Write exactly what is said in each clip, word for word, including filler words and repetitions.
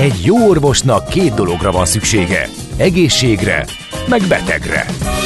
Egy jó orvosnak két dologra van szüksége. Egészségre, meg betegre.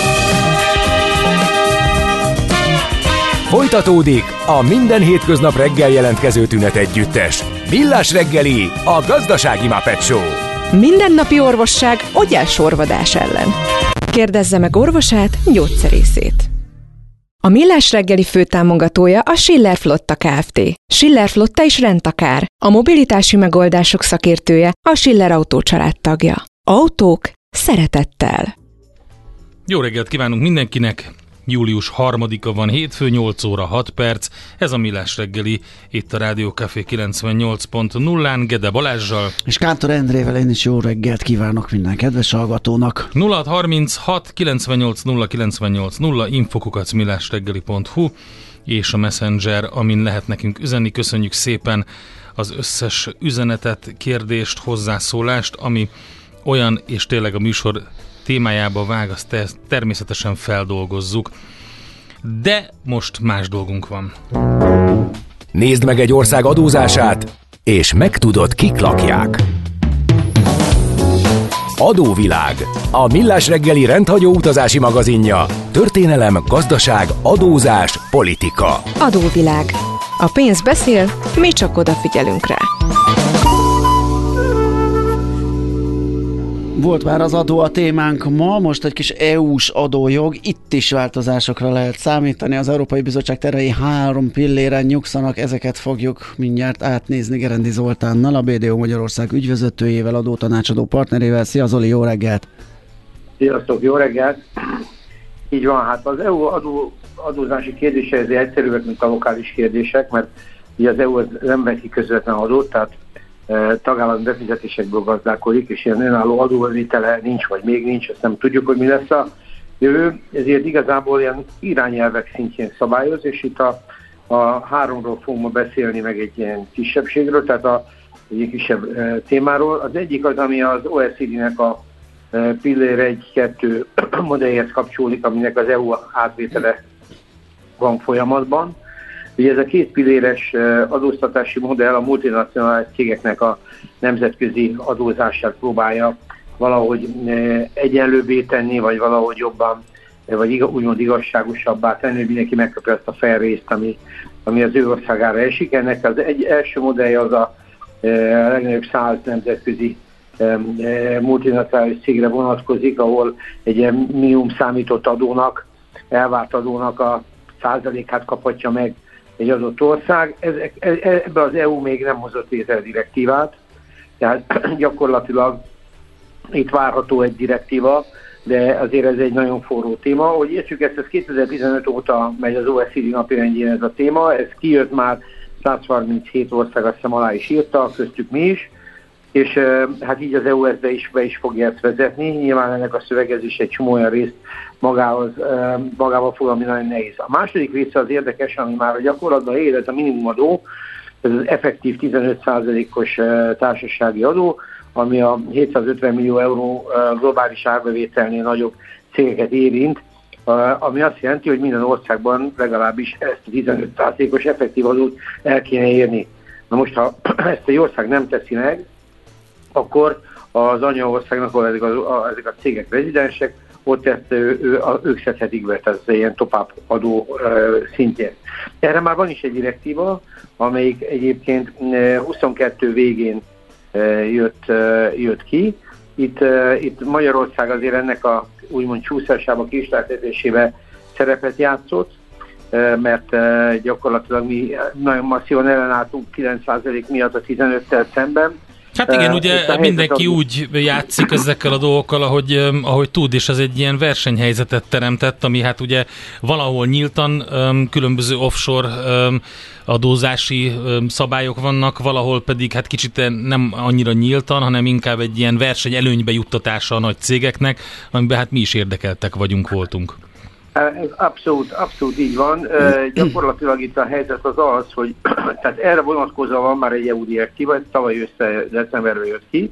Folytatódik a minden hétköznap reggel jelentkező tünet együttes. Millás reggeli, a gazdasági Muppet Show. Mindennapi orvosság ogyásorvadás ellen. Kérdezze meg orvosát, gyógyszerészét. A Millás reggeli főtámogatója a Schiller Flotta Kft. Schiller Flotta is rendtakár. A mobilitási megoldások szakértője, a Schiller Autó család tagja. Autók szeretettel. Jó reggelt kívánunk mindenkinek! július harmadika van, hétfő, nyolc óra hat perc. Ez a Millás reggeli, itt a Rádió Café kilencvennyolc pont nullán, Gede Balázssal. És Kántor Endrével én is jó reggelt kívánok minden kedves hallgatónak. nulla hat harminchat kilencvennyolc nulla kilencvennyolc nulla infokukac millásreggeli pont hu és a Messenger, amin lehet nekünk üzenni. Köszönjük szépen az összes üzenetet, kérdést, hozzászólást, ami olyan, és tényleg a műsor témájába vág, azt természetesen feldolgozzuk. De most más dolgunk van. Nézd meg egy ország adózását, és megtudod, kik lakják. Adóvilág, a Millás reggeli rendhagyó utazási magazinja. Történelem, gazdaság, adózás, politika. Adóvilág. A pénz beszél, mi csak odafigyelünk rá. Volt már az adó a témánk ma, most egy kis é u-s adójog, itt is változásokra lehet számítani. Az Európai Bizottság tervei három pilléren nyugszanak, ezeket fogjuk mindjárt átnézni Gerendi Zoltánnal, a bé dé o Magyarország ügyvezetőjével, adótanácsadó partnerével. Szia Zoli, jó reggelt! Sziasztok, jó reggelt! Így van, hát az é u adó, adózási kérdései ezért egyszerűbbek, mint a lokális kérdések, mert ugye az é u nem veszi közvetlen adót, tehát tagállami befizetésekből gazdálkodik, és ilyen önálló adóvétele nincs, vagy még nincs, ezt nem tudjuk, hogy mi lesz a jövő, ezért igazából ilyen irányelvek szintjén szabályoz, és itt a, a háromról fogunk ma beszélni, meg egy ilyen kisebbségről, tehát a, egy kisebb e, témáról. Az egyik az, ami az o e cé dé-nek a e, pillér egy-kettő modellhez kapcsolódik, aminek az é u átvétele van folyamatban. Ugye ez a két pilléres adóztatási modell a multinacionális cégeknek a nemzetközi adózását próbálja valahogy egyenlőbbé tenni, vagy valahogy jobban, vagy úgymond igazságosabbá tenni, hogy mindenki megkapja azt a fair részt, ami, ami az ő országára esik. Ennek az egy, első modellje az a legnagyobb száz nemzetközi multinacionális cégre vonatkozik, ahol egy ilyen minimum számított adónak, elvárt adónak a százalékát kaphatja meg egy adott ország. Ebben az é u még nem hozott létre direktívát, tehát gyakorlatilag itt várható egy direktíva, de azért ez egy nagyon forró téma. Hogy értsük ezt, ez kétezer-tizenöt óta megy az o e cé dé napirendjén ez a téma, ez kijött már, száz harminchét ország azt hiszem alá is írta, köztük mi is, és hát így az é u ezt be is, be is fogja ezt vezetni. Nyilván ennek a szövegezés egy csomó olyan részt magához, magával fog, ami nagyon nehéz. A második része az érdekes, ami már a gyakorlatban élet, a minimumadó, ez az effektív tizenöt százalékos társasági adó, ami a hétszázötven millió euró globális árbevételnél nagyobb cégeket érint, ami azt jelenti, hogy minden országban legalábbis ezt a tizenöt százalékos effektív adót el kéne érni. Na most, ha ezt egy ország nem teszi meg, akkor az anyaországnak, ahol ezek a, ezek a cégek rezidensek, ott ezt ő, ő, ők szedhetik be, tehát ez ilyen top-up adó uh, szintjén. Erre már van is egy direktíva, amelyik egyébként huszonkettő végén uh, jött, uh, jött ki. Itt, uh, itt Magyarország azért ennek a úgymond csúszásába, késleltetésébe szerepet játszott, uh, mert uh, gyakorlatilag mi nagyon masszívan ellenálltunk kilenc százalék miatt a tizenöttel szemben. Hát igen, ugye mindenki úgy játszik ezekkel a dolgokkal, ahogy, ahogy tud, és ez egy ilyen versenyhelyzetet teremtett, ami hát ugye valahol nyíltan különböző offshore adózási szabályok vannak, valahol pedig hát kicsit nem annyira nyíltan, hanem inkább egy ilyen verseny előnybe juttatása a nagy cégeknek, amiben hát mi is érdekeltek vagyunk, voltunk. Ez abszolút, abszolút így van. Uh, gyakorlatilag itt a helyzet az az, hogy tehát erre vonatkozóan van már egy é u direktíva, ez tavaly össze decemberben jött ki,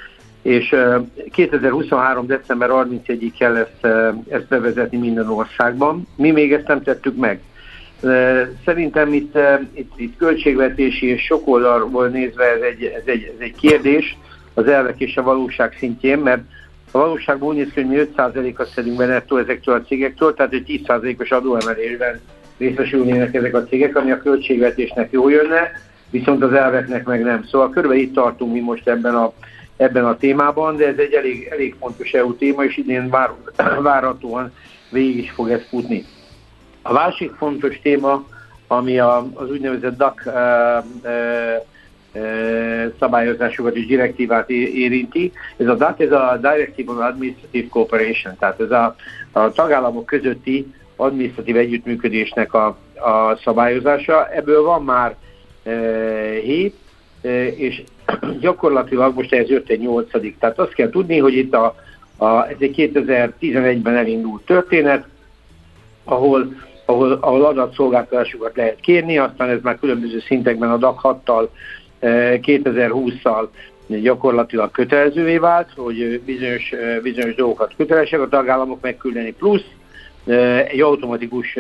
és uh, kétezer-huszonhárom. december harmincegyedikéig kell ezt, uh, ezt bevezetni minden országban. Mi még ezt nem tettük meg. Uh, szerintem itt, uh, itt, itt költségvetési és sok oldalról nézve ez egy, ez egy, ez egy kérdés, az elvek és a valóság szintjén, mert a valóságban úgy néz ki, hogy mi öt százalékot szedünk be nettó ezektől a cégektől, tehát egy tíz százalékos adóemelésben részesülnének ezek a cégek, ami a költségvetésnek jól jönne, viszont az elveknek meg nem. Szóval körülbelül itt tartunk mi most ebben a, ebben a témában, de ez egy elég, elég fontos é u téma, és idén vár, várhatóan végig is fog ez futni. A másik fontos téma, ami a, az úgynevezett dé á cé uh, uh, szabályozásokat és direktívát érinti. Ez a dé á cé, ez a Directive on Administrative Cooperation, tehát ez a, a tagállamok közötti adminisztratív együttműködésnek a, a szabályozása. Ebből van már e, hét, e, és gyakorlatilag most ez jött egy nyolcadik. Tehát azt kell tudni, hogy itt a, a, ez egy kétezer-tizenegyben elindult történet, ahol, ahol, ahol adatszolgáltatásokat lehet kérni, aztán ez már különböző szintekben a dé á cé hattal e, kétezer-hússzal gyakorlatilag kötelezővé vált, hogy bizonyos, bizonyos dolgokat kötelesek a tagállamok megküldeni, plusz egy automatikus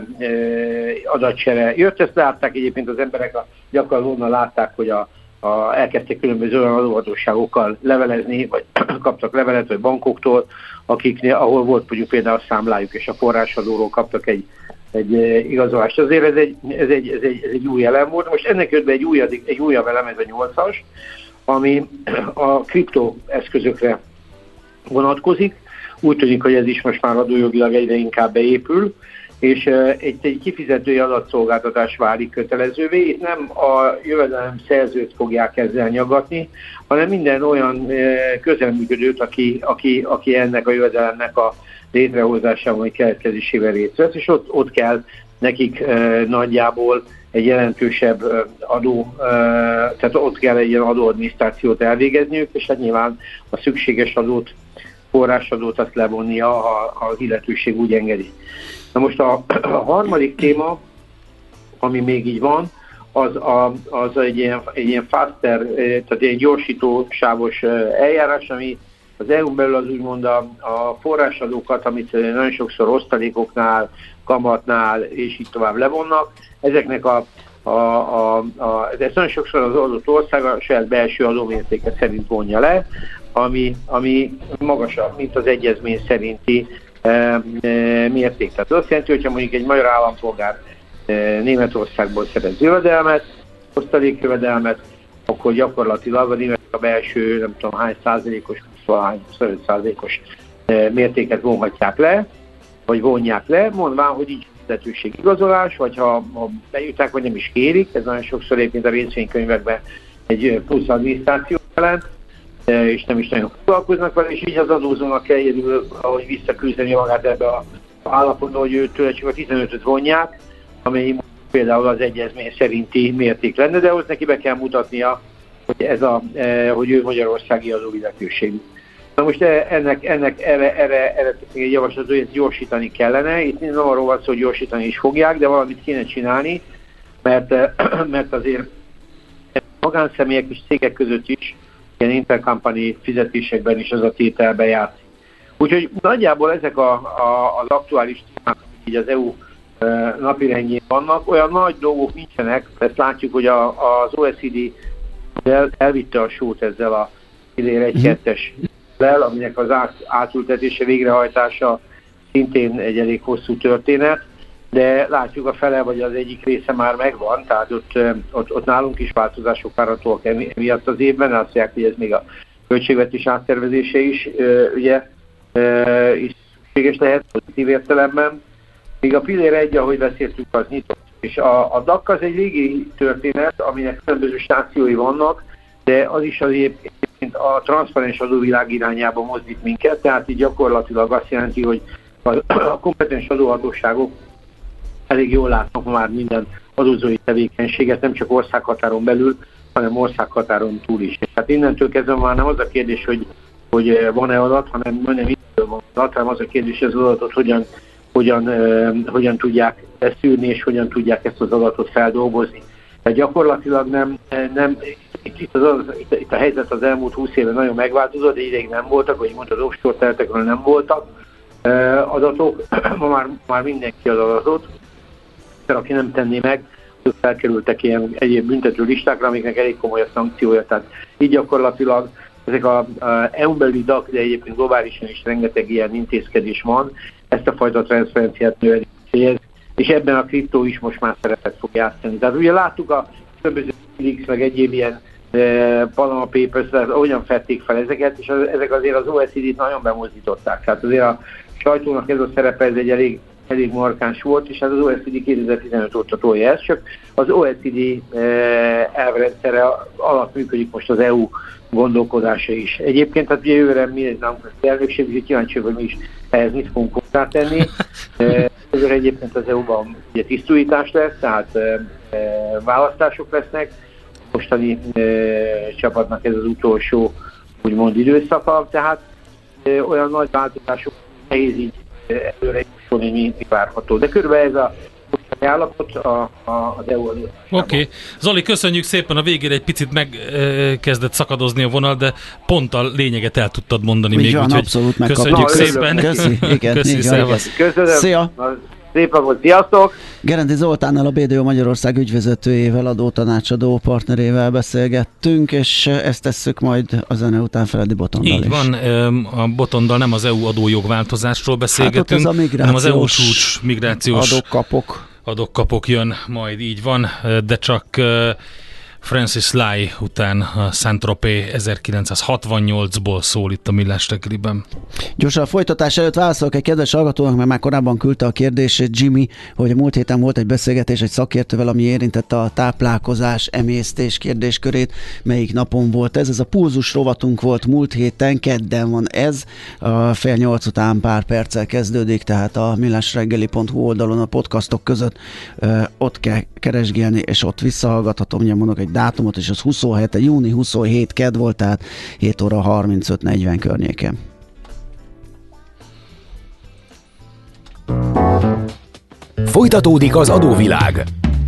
adatsere jött, ezt látták egyébként az emberek, a gyakorlatilag onnan látták, hogy a, a, elkezdték különböző olyan adóhatóságokkal levelezni, vagy kaptak levelet, vagy bankoktól, akiknél, ahol volt mondjuk például a számlájuk, és a forrásadóról kaptak egy, egy igazolást. Azért ez egy, ez, egy, ez, egy, ez egy új elem volt. Most ennek jött be egy újabb, egy újabb elem, ez a nyolcas, ami a kriptoeszközökre vonatkozik. Úgy tűnik, hogy ez is most már adójogilag egyre inkább beépül, és egy, egy kifizetői adatszolgáltatás válik kötelezővé. Itt nem a jövedelem szerzőt fogják ezzel nyagatni, hanem minden olyan közelműködőt, aki, aki, aki ennek a jövedelemnek a létrehozásában vagy keletkezésével részt vesz, és ott, ott kell nekik nagyjából egy jelentősebb adó, tehát ott kell egy ilyen adóadminisztrációt elvégezniük, és hát nyilván a szükséges adót, forrásadót azt levonnia, ha az illetőség úgy engedi. Na most a, a harmadik téma, ami még így van, az, a, az egy, ilyen, egy ilyen faster, tehát egy gyorsító sávos eljárás, ami az é u-n belül az úgymond a, a forrásadókat, amit nagyon sokszor osztalékoknál, kamatnál és így tovább levonnak, ezeknek a, a, a, a ez nagyon sokszor az adott ország a saját belső adómértéke szerint vonja le, ami, ami magasabb, mint az egyezmény szerinti e, e, mérték. Tehát azt jelenti, hogyha mondjuk egy magyar állampolgár e, Németországból szerez jövedelmet, osztalékjövedelmet, akkor gyakorlatilag a németek a belső, nem tudom hány százalékos, hány huszonöt százalékos e, mértéket vonhatják le, vagy vonják le, mondván, hogy így fizetőség igazolás, vagy ha, ha bejutják, vagy nem is kérik, ez nagyon sokszor egyébként a részvénykönyvekben egy plusz adminisztráció jelent, és nem is nagyon foglalkoznak vele, és így az adózónak kell érül, ahogy visszaküzdeni magát ebbe az állapotba, hogy őtől csak a tizenötöt vonják, amely például az egyezmény szerinti mérték lenne, de ahhoz neki be kell mutatnia, hogy, ez a, hogy ő magyarországi adóilletőségű. Na most ennek, ennek erre, erre, erre egy javaslat, hogy ezt gyorsítani kellene. Itt nem arról van szó, hogy gyorsítani is fogják, de valamit kéne csinálni, mert, mert azért magánszemélyek és cégek között is ilyen intercompany fizetésekben is az a tételbe játszik. Úgyhogy nagyjából ezek a, a, az aktuális témák, amik így az é u napirendjén vannak, olyan nagy dolgok nincsenek, ezt látjuk, hogy a, az o e cé dé el, elvitte a sót ezzel a pillér egy kettes lel, aminek az át, átültetése, végrehajtása szintén egy elég hosszú történet, de látjuk a fele, vagy az egyik része már megvan, tehát ott, ott, ott nálunk is változások várhatóak emiatt az évben, azt mondják, hogy ez még a költségvetés áttervezése is, ugye, is szükséges lehet pozitív értelemben. Még a pillér egy, ahogy beszéltük, az nyitott. És a, a dé á cé az egy régi történet, aminek különböző stációi vannak, de az is az egyébként a transzparens adóvilág irányába mozdít minket, tehát így gyakorlatilag azt jelenti, hogy a kompetens adóhatóságok elég jól látnak már minden adózói tevékenységet, nem csak országhatáron belül, hanem országhatáron túl is. És hát innentől kezdve már nem az a kérdés, hogy, hogy van-e adat, hanem nem itt van adat, hanem az a kérdés, hogy az adatot hogyan, hogyan, uh, hogyan tudják ezt szűrni, és hogyan tudják ezt az adatot feldolgozni. Tehát gyakorlatilag nem, nem itt, itt, az, itt, itt a helyzet az elmúlt húsz éve nagyon megváltozott, de ideig nem voltak, hogy mondta, az offshore területekről nem voltak uh, adatok, ma már, már mindenki az adatot, aki nem tenné meg, azok felkerültek ilyen egyéb büntető listákra, amiknek elég komoly a szankciója. Tehát így gyakorlatilag ezek a, a é u-n belüli dé á cé, de egyébként globálisan is rengeteg ilyen intézkedés van, ezt a fajta transzferenciát növelni cél, és ebben a kriptó is most már szerepet fog játszani. Tehát ugye láttuk a különböző X meg egyéb ilyen eh, Panama Papers, tehát olyan fették fel ezeket, és az, ezek azért az o e cé dét nagyon bemozdították. Tehát azért a sajtónak ez a szerepe, ez egy elég, elég markáns volt, és hát az o e cé dé kétezer-tizenöt óta tolja ezt, csak az o e cé dé eh, elvrendszere alatt működik most az é u gondolkodása is. Egyébként, hát ugye jövőre mi nem elnökség, úgyhogy kíváncsi, hogy mi is ehhez mit fogunk hozzátenni. Jövőre egyébként az é u-ban ugye tisztújítás lesz, tehát e, e, választások lesznek. Mostani e, csapatnak ez az utolsó, úgymond időszaka, tehát e, olyan nagy változások nehéz így előre hogy mi, mi várható. De körülbelül ez a állapot a, a, az é u. Oké. Okay. Zoli, köszönjük szépen, a végére egy picit megkezdett szakadozni a vonal, de pont a lényeget el tudtad mondani úgy még, van, úgyhogy köszönjük Na, szépen. Köszi, igen, Köszi, szevasz. Köszönöm. Szia! Szépen volt, sziasztok! Gerendi Zoltánnal, a bé dé o Magyarország ügyvezetőjével, adótanácsadó partnerével beszélgettünk, és ezt tesszük majd a zene után Feledi Botondal Így is. van, a Botondal nem az é u adójogváltozásról beszélgetünk, hát az hanem az é u csúcs migrációs adókapok. adókapok jön majd, így van, de csak Francis Lai után a Saint-Tropez ezerkilencszázhatvannyolcból szól itt a Millás reggeliben. Gyorsan a folytatás előtt válaszolok egy kedves hallgatónak, mert már korábban küldte a kérdését Jimmy, hogy a múlt héten volt egy beszélgetés egy szakértővel, ami érintette a táplálkozás, emésztés kérdéskörét. Melyik napon volt ez? Ez a pulzus rovatunk volt múlt héten, kedden van ez. A fél nyolc után pár perccel kezdődik, tehát a millásreggeli pont hu oldalon a podcastok között ö, ott kell keresgélni, és ott visszahallgathatom, ugye mondok egy dátumot, és az huszonhét, június huszonhetedike kedd volt, tehát hét óra harmincöt negyven környéken. Folytatódik az adóvilág.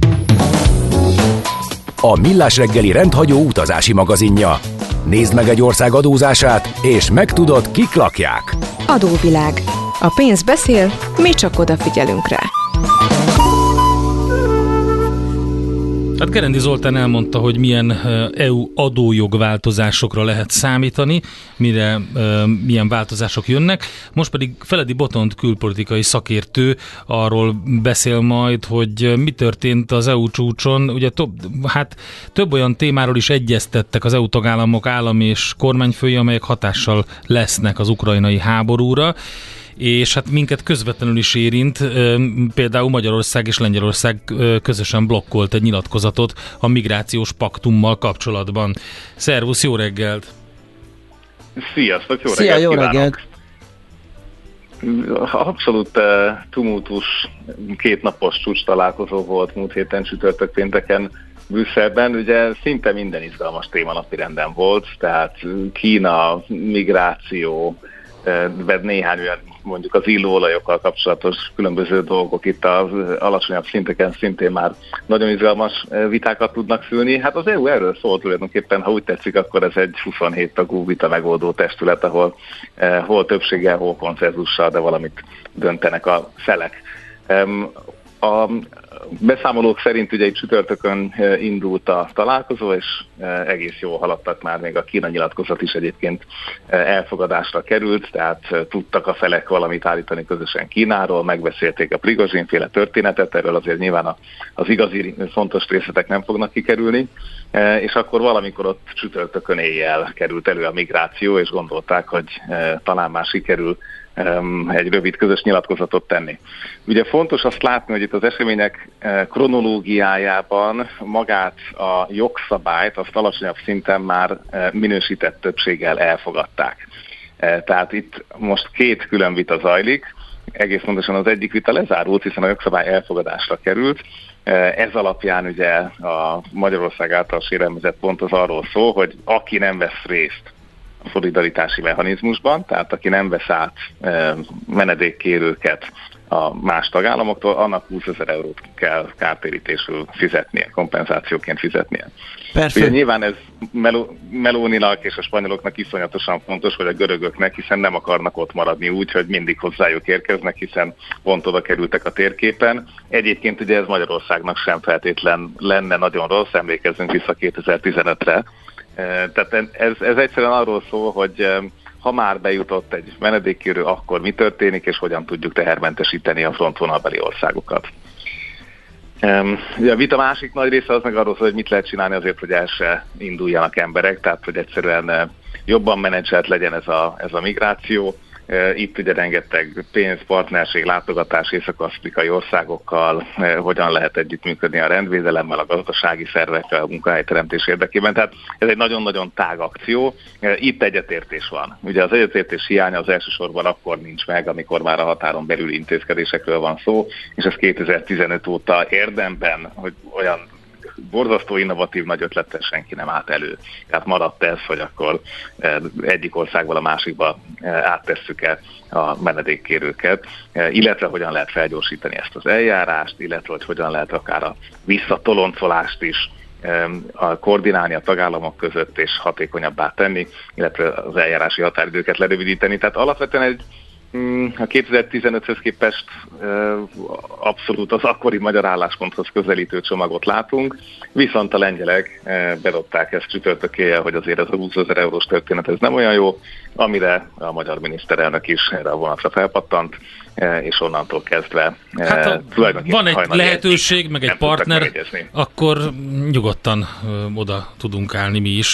A Millás reggeli rendhagyó utazási magazinja. Nézd meg egy ország adózását, és megtudod, kik lakják. Adóvilág. A pénz beszél, mi csak odafigyelünk rá. Hát Gerendi Zoltán elmondta, hogy milyen é u adójogváltozásokra lehet számítani, mire milyen változások jönnek. Most pedig Feledi Botond külpolitikai szakértő arról beszél majd, hogy mi történt az é u csúcson. Ugye több, hát több olyan témáról is egyeztettek az é u tagállamok állam és kormányfői, amelyek hatással lesznek az ukrajnai háborúra, és hát minket közvetlenül is érint, például Magyarország és Lengyelország közösen blokkolt egy nyilatkozatot a migrációs paktummal kapcsolatban. Szervusz, jó reggelt! Sziasztok, jó Szia, reggelt! jó kívánok. reggelt! Abszolút uh, tumultus kétnapos csúcs találkozó volt múlt héten csütörtök pénteken Brüsszelben. Ugye szinte minden izgalmas téma napirenden volt, tehát Kína, migráció, ved néhány olyan, mondjuk az illóolajokkal kapcsolatos különböző dolgok itt az alacsonyabb szinteken szintén már nagyon izgalmas vitákat tudnak szülni. Hát az é u erről szól tulajdonképpen, ha úgy tetszik, akkor ez egy huszonhét tagú vita megoldó testület, ahol eh, hol többséggel, hol konszenzussal, de valamit döntenek a felek. Um, a beszámolók szerint ugye egy csütörtökön indult a találkozó, és egész jól haladtak már, még a Kína nyilatkozat is egyébként elfogadásra került, tehát tudtak a felek valamit állítani közösen Kínáról, megbeszélték a Prigozsin-féle történetet, erről azért nyilván az igazi fontos részletek nem fognak kikerülni, és akkor valamikor ott csütörtökön éjjel került elő a migráció, és gondolták, hogy talán már sikerül egy rövid közös nyilatkozatot tenni. Ugye fontos azt látni, hogy itt az események kronológiájában magát a jogszabályt azt alacsonyabb szinten már minősített többséggel elfogadták. Tehát itt most két külön vita zajlik, egész pontosan az egyik vita lezárult, hiszen a jogszabály elfogadásra került. Ez alapján ugye a Magyarország által sérelmezett pont az arról szól, hogy aki nem vesz részt a szolidaritási mechanizmusban, tehát aki nem vesz át e, menedékkérőket a más tagállamoktól, annak húszezer eurót kell kártérítésül fizetnie, kompenzációként fizetnie. Persze. Ugye nyilván ez Melo- Meloninak és a spanyoloknak iszonyatosan fontos, vagy a görögöknek, hiszen nem akarnak ott maradni úgy, hogy mindig hozzájuk érkeznek, hiszen pont oda kerültek a térképen. Egyébként ugye ez Magyarországnak sem feltétlen lenne nagyon rossz, emlékezzünk vissza kétezer-tizenötre, Tehát ez, ez egyszerűen arról szól, hogy ha már bejutott egy menedékkérő, akkor mi történik, és hogyan tudjuk tehermentesíteni a frontvonalbeli országokat. A vita másik nagy része az meg arról szól, hogy mit lehet csinálni azért, hogy el se induljanak emberek, tehát hogy egyszerűen jobban menedzselt legyen ez a, ez a migráció. Itt ugye rengeteg pénz, partnerség, látogatás észak-afrikai országokkal, hogyan lehet együttműködni a rendvédelemmel, a gazdasági szervekkel, a munkahelyteremtés érdekében. Tehát ez egy nagyon-nagyon tág akció. Itt egyetértés van. Ugye az egyetértés hiánya az elsősorban akkor nincs meg, amikor már a határon belüli intézkedésekről van szó, és ez kétezer-tizenöt óta érdemben, hogy olyan borzasztó innovatív nagy ötlettel senki nem állt elő. Tehát maradt ez, hogy akkor egyik országból a másikba áttesszük-e a menedékkérőket, illetve hogyan lehet felgyorsítani ezt az eljárást, illetve hogy hogyan lehet akár a visszatoloncolást is koordinálni a tagállamok között és hatékonyabbá tenni, illetve az eljárási határidőket lerövidíteni. Tehát alapvetően egy a kétezer-tizenöthöz képest abszolút az akkori magyar állásponthoz közelítő csomagot látunk, viszont a lengyelek bedobták ezt csütörtökéjel, hogy azért ez a húszezer eurós történet ez nem olyan jó, amire a magyar miniszterelnök is erre a vonatra felpattant, és onnantól kezdve hát a, van egy lehetőség, meg egy partner, akkor nyugodtan oda tudunk állni mi is.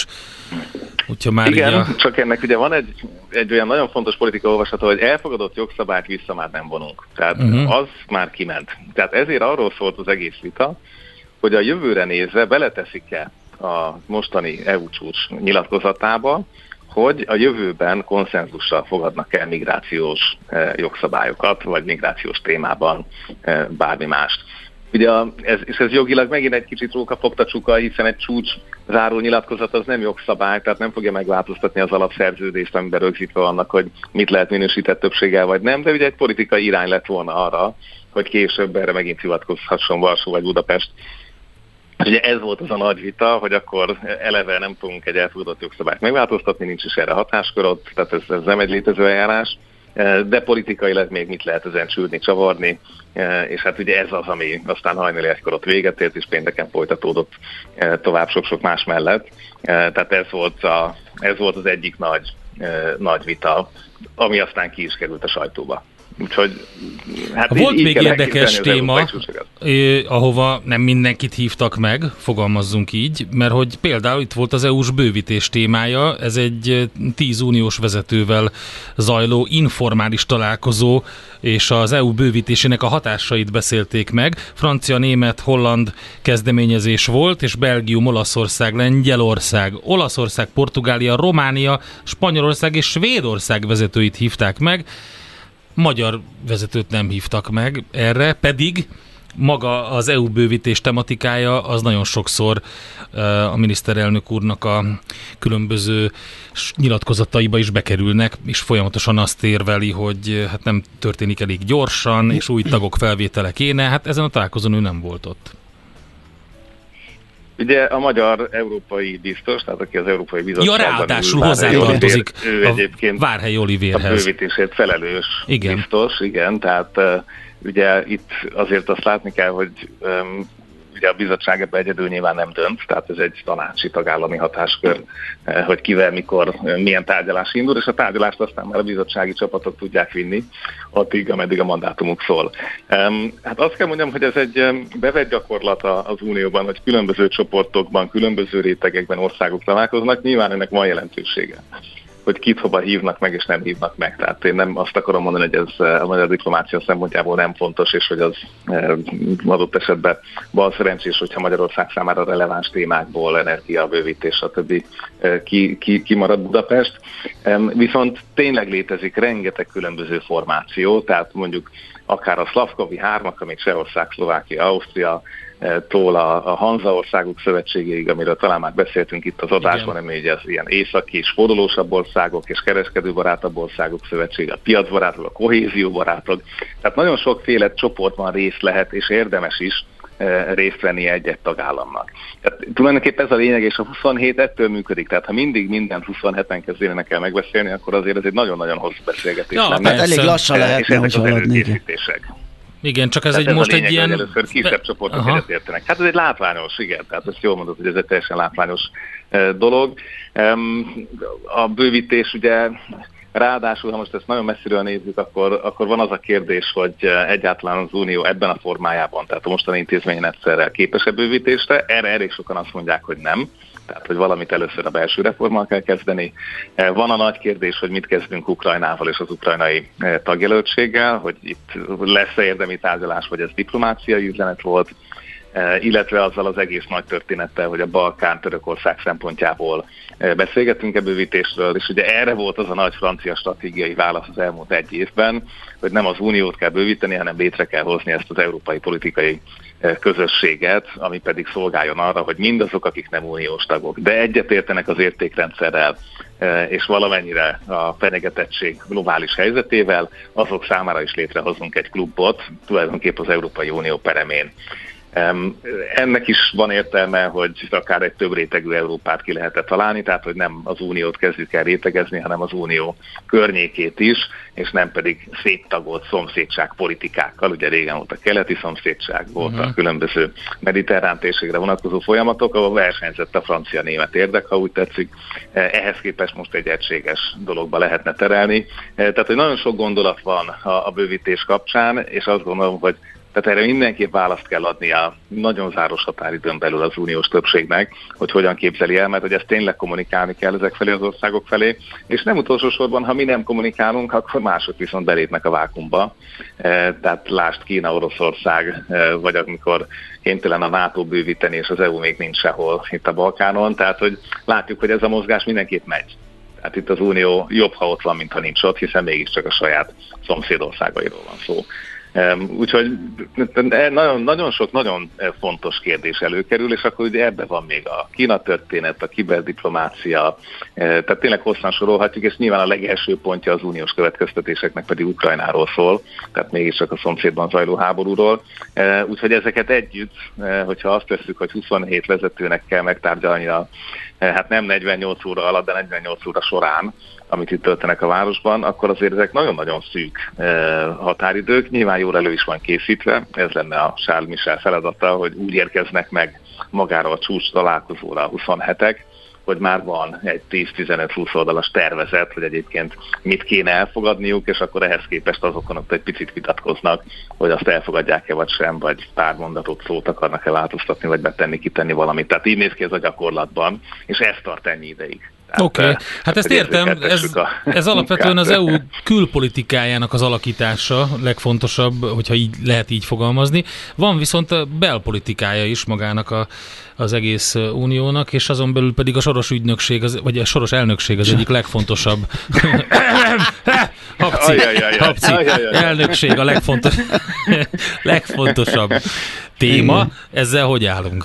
Már igen, a... csak ennek ugye van egy, egy olyan nagyon fontos politika olvasata, hogy elfogadott jogszabályt vissza már nem vonunk. Tehát uh-huh. az már kiment. Tehát ezért arról szólt az egész vita, hogy a jövőre nézve beleteszik-e a mostani é u csúcs nyilatkozatába, hogy a jövőben konszenzussal fogadnak el migrációs eh, jogszabályokat, vagy migrációs témában eh, bármi mást. Ugye ez, és ez jogilag megint egy kicsit rókafogta csuka, hiszen egy csúcs záró nyilatkozat az nem jogszabály, tehát nem fogja megváltoztatni az alapszerződést, amiben rögzítve vannak, hogy mit lehet minősített többséggel vagy nem, de ugye egy politikai irány lett volna arra, hogy később erre megint hivatkozhasson Varsó vagy Budapest. Ugye ez volt az a nagy vita, hogy akkor eleve nem tudunk egy elfogadott jogszabályt megváltoztatni, nincs is erre hatáskörod, tehát ez, ez nem egy létező eljárás, de politikailag még mit lehet ezen csúrni, csavarni, és hát ugye ez az, ami aztán hajnali egykor ott véget ért, és pénteken folytatódott tovább sok-sok más mellett. Tehát ez volt, a, ez volt az egyik nagy, nagy vita, ami aztán ki is került a sajtóba. Úgyhogy, hát volt így, még így érdekes téma, eh, ahova nem mindenkit hívtak meg, fogalmazzunk így, mert hogy például itt volt az é u-s bővítés témája, ez egy tíz uniós vezetővel zajló informális találkozó, és az é u bővítésének a hatásait beszélték meg. Francia, német, holland kezdeményezés volt, és Belgium, Olaszország, Lengyelország, Olaszország, Portugália, Románia, Spanyolország és Svédország vezetőit hívták meg. Magyar vezetőt nem hívtak meg erre, pedig maga az é u bővítés tematikája az nagyon sokszor a miniszterelnök úrnak a különböző nyilatkozataiba is bekerülnek, és folyamatosan azt érveli, hogy hát nem történik elég gyorsan, és új tagok felvétele kéne. Hát ezen a találkozón ő nem volt ott. Ugye a magyar európai biztos, tehát aki az Európai Bizottságban... Ja, ráadásul hozzátartozik ő egyébként Várhelyi Olivérhez. A bővítésért felelős igen. biztos, igen, tehát uh, ugye itt azért azt látni kell, hogy um, ugye a bizottság ebben egyedül nyilván nem dönt, tehát ez egy tanácsi tagállami hatáskör, uh, hogy kivel, mikor, uh, milyen tárgyalás indul, és a tárgyalást aztán már a bizottsági csapatok tudják vinni, addig, ameddig a mandátumuk szól. Um, hát azt kell mondjam, hogy ez egy um, bevett gyakorlat az Unióban, hogy különböző csoportokban, különböző rétegekben országok találkoznak, nyilván ennek van jelentősége, hogy kit hova hívnak meg, és nem hívnak meg. Tehát én nem azt akarom mondani, hogy ez a magyar diplomácia szempontjából nem fontos, és hogy az adott esetben bal szerencsés, hogyha Magyarország számára releváns témákból, energia, bővítés, stb. Ki, ki, kimarad Budapest. Viszont tényleg létezik rengeteg különböző formáció, tehát mondjuk akár a Szlavkovi hármak, amik Csehország, Szlovákia, Ausztria, tól a, a Hanza országok szövetségéig, amiről talán már beszéltünk itt az adásban, ami ugye az ilyen északi és fordulósabb országok és kereskedőbarátabb országok szövetsége, a piacbarátok, a kohézióbarátok. Tehát nagyon sokféle csoportban részt lehet, és érdemes is e, részt venni egy-egy tagállamnak. Tehát tulajdonképpen ez a lényeg, és a huszonhét ettől működik. Tehát ha mindig mindent huszonheten kezdének el megbeszélni, akkor azért ez egy nagyon-nagyon hosszú beszélgetés ja, lenne. Hát elég lassan lehetne, hogy haladni. Igen, csak ez tehát egy ez most lényeg, egy ilyen... Először kisebb csoportok egyet értenek. Hát ez egy látványos, igen, tehát ezt jól mondod, hogy ez egy teljesen látványos uh, dolog. Um, a bővítés ugye, ráadásul, ha most ezt nagyon messziről nézzük, akkor, akkor van az a kérdés, hogy egyáltalán az Unió ebben a formájában, tehát a mostani intézményrendszerrel képes-e bővítésre. Erre elég sokan azt mondják, hogy nem. Tehát, hogy valamit először a belső reformmal kell kezdeni. Van a nagy kérdés, hogy mit kezdünk Ukrajnával és az ukrajnai tagjelöltséggel, hogy itt lesz-e érdemi tárgyalás, vagy ez diplomáciai üzenet volt, illetve azzal az egész nagy történettel, hogy a Balkán, Törökország szempontjából beszélgettünk-e bővítésről, és ugye erre volt az a nagy francia stratégiai válasz az elmúlt egy évben, hogy nem az uniót kell bővíteni, hanem létre kell hozni ezt az európai politikai közösséget, ami pedig szolgáljon arra, hogy mindazok, akik nem uniós tagok, de egyetértenek az értékrendszerrel, és valamennyire a fenyegetettség globális helyzetével, azok számára is létrehozunk egy klubot, tulajdonképpen az Európai Unió peremén. Ennek is van értelme, hogy akár egy több rétegű Európát ki lehetett találni, tehát hogy nem az uniót kezdjük el rétegezni, hanem az unió környékét is, és nem pedig széttagolt szomszédság politikákkal. Ugye régen volt a keleti szomszédság, volt uh-huh. a különböző mediterrán térségre vonatkozó folyamatok, ahol versenyzett a francia-német érdek, ha úgy tetszik. Ehhez képest most egy egységes dologba lehetne terelni. Tehát, hogy nagyon sok gondolat van a bővítés kapcsán, és azt gondolom, hogy tehát erre mindenképp választ kell adni a nagyon záros határidőn belül az uniós többségnek, hogy hogyan képzeli el, mert hogy ezt tényleg kommunikálni kell ezek felé az országok felé, és nem utolsó sorban, ha mi nem kommunikálunk, akkor mások viszont belépnek a vákumba. Tehát lásd Kína, Oroszország, vagy amikor kénytelen a NATO bővíteni, és az é u még nincs sehol itt a Balkánon, tehát hogy látjuk, hogy ez a mozgás mindenképp megy. Tehát itt az unió jobb, ha ott van, mint ha nincs ott, hiszen mégiscsak a saját szomszédországairól van szó. Úgyhogy nagyon, nagyon sok, nagyon fontos kérdés előkerül, és akkor ugye ebben van még a Kína történet, a kiberdiplomácia, tehát tényleg hosszan sorolhatjuk, és nyilván a legelső pontja az uniós következtetéseknek pedig Ukrajnáról szól, tehát mégiscsak a szomszédban zajló háborúról. Úgyhogy ezeket együtt, hogyha azt tesszük, hogy huszonhét vezetőnek kell megtárgyalni a, hát nem negyvennyolc óra alatt, de negyvennyolc óra során, amit itt töltenek a városban, akkor azért ezek nagyon-nagyon szűk határidők. Nyilván jól elő is van készítve, ez lenne a Charles Michel feladata, hogy úgy érkeznek meg magára a csúcs találkozóra a huszonhetek, hogy már van egy tíz-tizenöt-húsz oldalas tervezet, hogy egyébként mit kéne elfogadniuk, és akkor ehhez képest azokon ott egy picit vitatkoznak, hogy azt elfogadják-e vagy sem, vagy pár mondatot, szót akarnak-e változtatni, vagy betenni, kitenni valamit. Tehát így néz ki ez a gyakorlatban, és ez tart ennyi ideig. Oké, okay. Hát ezt értem, ez, ez alapvetően az é u külpolitikájának az alakítása legfontosabb, hogyha így lehet így fogalmazni. Van viszont a belpolitikája is magának a, az egész uniónak, és azon belül pedig a soros ügynökség, az, vagy a soros elnökség az egyik legfontosabb. Habci, habci, elnökség a legfontos, legfontosabb téma. Ezzel hogy állunk?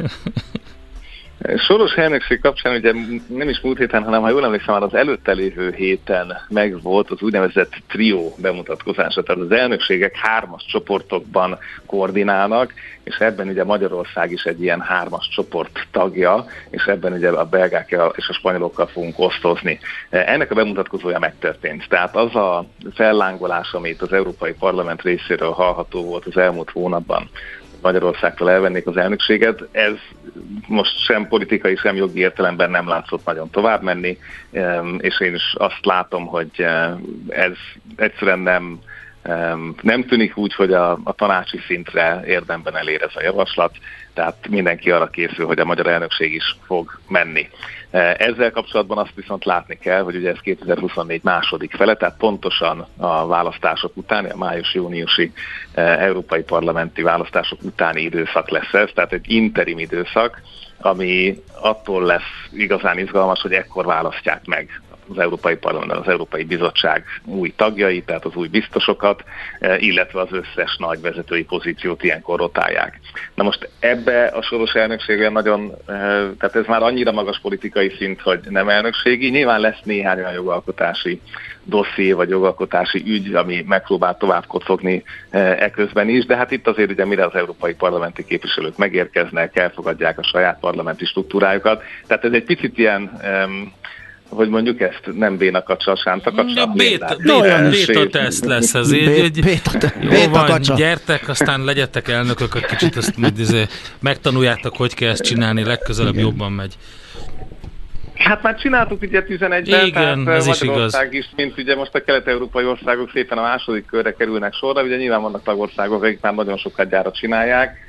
Soros elnökség kapcsán ugye nem is múlt héten, hanem ha jól emlékszem, már az előtte lévő héten megvolt az úgynevezett trió bemutatkozása, tehát az elnökségek hármas csoportokban koordinálnak, és ebben ugye Magyarország is egy ilyen hármas csoport tagja, és ebben ugye a belgákkal és a spanyolokkal fogunk osztozni. Ennek a bemutatkozója megtörtént. Tehát az a fellángolás, amit az Európai Parlament részéről hallható volt az elmúlt hónapban, Magyarországtól elvennék az elnökséget, ez most sem politikai, sem jogi értelemben nem látszott nagyon tovább menni, és én is azt látom, hogy ez egyszerűen nem, nem tűnik úgy, hogy a, a tanácsi szintre érdemben elér ez a javaslat, tehát mindenki arra készül, hogy a magyar elnökség is fog menni. Ezzel kapcsolatban azt viszont látni kell, hogy ugye ez kétezer-huszonnégy második fele, tehát pontosan a választások utáni, a május-júniusi európai parlamenti választások utáni időszak lesz ez, tehát egy interim időszak, ami attól lesz igazán izgalmas, hogy ekkor választják meg az Európai Parlamentben az Európai Bizottság új tagjai, tehát az új biztosokat, illetve az összes nagy vezetői pozíciót ilyenkor rotálják. Na most ebbe a soros elnökségben nagyon, tehát ez már annyira magas politikai szint, hogy nem elnökségi. Nyilván lesz néhány olyan jogalkotási dosszié vagy jogalkotási ügy, ami megpróbál tovább kocogni eközben is, de hát itt azért ugye mire az európai parlamenti képviselők megérkeznek, elfogadják a saját parlamenti struktúrájukat. Tehát ez egy picit ilyen hogy mondjuk ezt nem bénakacsa, sántakacsa. Béta, béta, béta teszt lesz ez. Jó van, gyertek, aztán legyetek elnökök, egy kicsit ezt megtanuljátok, hogy kell ezt csinálni, legközelebb igen. Jobban megy. Hát már csináltuk ugye tizenegyben, igen, tehát ez is Magyarország igaz. is, mint ugye most a kelet-európai országok szépen a második körre kerülnek sorra, ugye nyilván vannak tagországok, akik már nagyon sokat gyárat csinálják.